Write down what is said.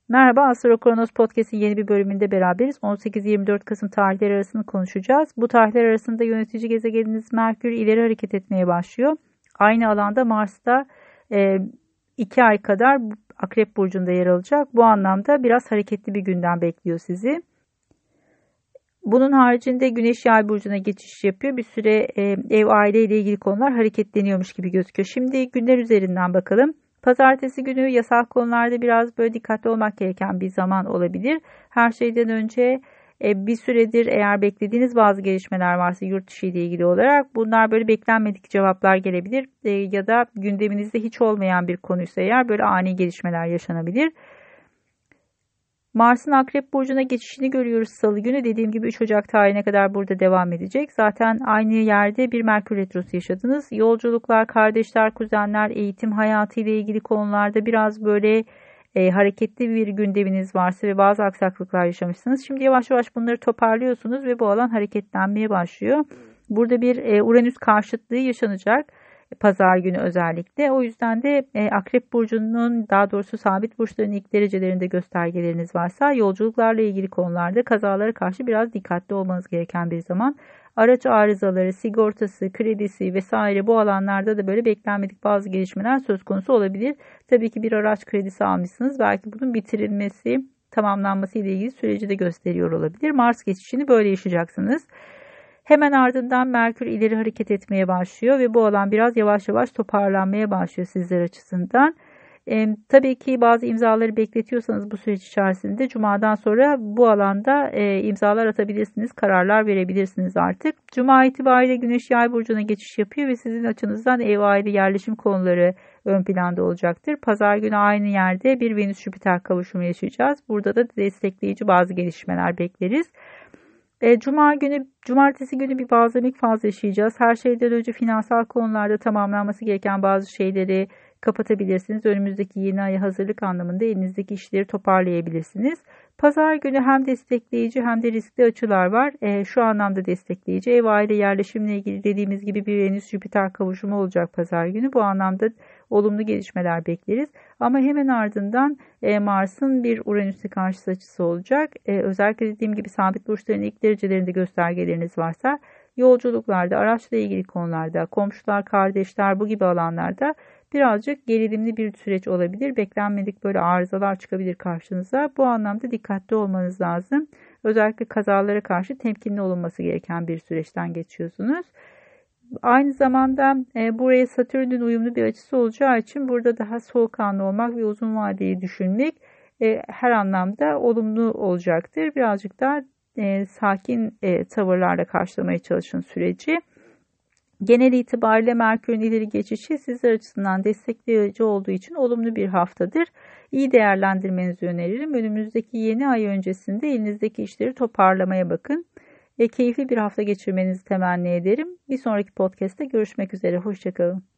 Merhaba, Astro Kronos Podcast'in yeni bir bölümünde beraberiz. 18-24 Kasım tarihleri arasını konuşacağız. Bu tarihler arasında yönetici gezegeniniz Merkür ileri hareket etmeye başlıyor. Aynı alanda Mars'ta 2 ay kadar Akrep Burcu'nda yer alacak. Bu anlamda biraz hareketli bir gündem bekliyor sizi. Bunun haricinde Güneş Yay burcuna geçiş yapıyor. Bir süre ev aile ile ilgili konular hareketleniyormuş gibi gözüküyor. Şimdi günler üzerinden bakalım. Pazartesi günü yasal konularda biraz böyle dikkatli olmak gereken bir zaman olabilir. Her şeyden önce bir süredir eğer beklediğiniz bazı gelişmeler varsa yurt dışı ile ilgili olarak bunlar böyle beklenmedik cevaplar gelebilir. Ya da gündeminizde hiç olmayan bir konuysa eğer böyle ani gelişmeler yaşanabilir. Mars'ın Akrep Burcu'na geçişini görüyoruz Salı günü. Dediğim gibi 3 Ocak tarihine kadar burada devam edecek. Zaten aynı yerde bir Merkür Retrosu yaşadınız. Yolculuklar, kardeşler, kuzenler, eğitim hayatı ile ilgili konularda biraz böyle hareketli bir gündeminiz varsa ve bazı aksaklıklar yaşamışsınız. Şimdi yavaş yavaş bunları toparlıyorsunuz ve bu alan hareketlenmeye başlıyor. Burada bir Uranüs karşıtlığı yaşanacak. Pazar günü özellikle. O yüzden de Akrep Burcu'nun daha doğrusu sabit burçların ilk derecelerinde göstergeleriniz varsa yolculuklarla ilgili konularda kazalara karşı biraz dikkatli olmanız gereken bir zaman. Araç arızaları, sigortası, kredisi vesaire bu alanlarda da böyle beklenmedik bazı gelişmeler söz konusu olabilir. Tabii ki bir araç kredisi almışsınız. Belki bunun bitirilmesi, tamamlanması ile ilgili süreci de gösteriyor olabilir. Mars geçişini böyle yaşayacaksınız. Hemen ardından Merkür ileri hareket etmeye başlıyor ve bu alan biraz yavaş yavaş toparlanmaya başlıyor sizler açısından. Tabii ki bazı imzaları bekletiyorsanız bu süreç içerisinde Cuma'dan sonra bu alanda imzalar atabilirsiniz, kararlar verebilirsiniz artık. Cuma itibariyle Güneş Yay burcuna geçiş yapıyor ve sizin açınızdan ev aile yerleşim konuları ön planda olacaktır. Pazar günü aynı yerde bir Venüs-Jüpiter kavuşumu yaşayacağız. Burada da destekleyici bazı gelişmeler bekleriz. Cumartesi günü bir bazlamik fazla yaşayacağız. Her şeyden önce finansal konularda tamamlanması gereken bazı şeyleri kapatabilirsiniz. Önümüzdeki yeni aya hazırlık anlamında elinizdeki işleri toparlayabilirsiniz. Pazar günü hem destekleyici hem de riskli açılar var. Şu anlamda destekleyici ev aile yerleşimle ilgili dediğimiz gibi bir Venüs-Jüpiter kavuşumu olacak pazar günü. Bu anlamda olumlu gelişmeler bekleriz. Ama hemen ardından Mars'ın bir Uranüs'e karşı açısı olacak. Özellikle dediğim gibi sabit burçların ilk derecelerinde göstergeleriniz varsa yolculuklarda, araçla ilgili konularda, komşular, kardeşler bu gibi alanlarda birazcık gerilimli bir süreç olabilir. Beklenmedik böyle arızalar çıkabilir karşınıza. Bu anlamda dikkatli olmanız lazım. Özellikle kazalara karşı temkinli olunması gereken bir süreçten geçiyorsunuz. Aynı zamanda buraya Satürn'ün uyumlu bir açısı olacağı için burada daha soğukkanlı olmak ve uzun vadeyi düşünmek her anlamda olumlu olacaktır. Birazcık daha sakin tavırlarla karşılamaya çalışın süreci. Genel itibariyle Merkür'ün ileri geçişi sizler açısından destekleyici olduğu için olumlu bir haftadır. İyi değerlendirmenizi öneririm. Önümüzdeki yeni ay öncesinde elinizdeki işleri toparlamaya bakın. Keyifli bir hafta geçirmenizi temenni ederim. Bir sonraki podcast'te görüşmek üzere. Hoşça kalın.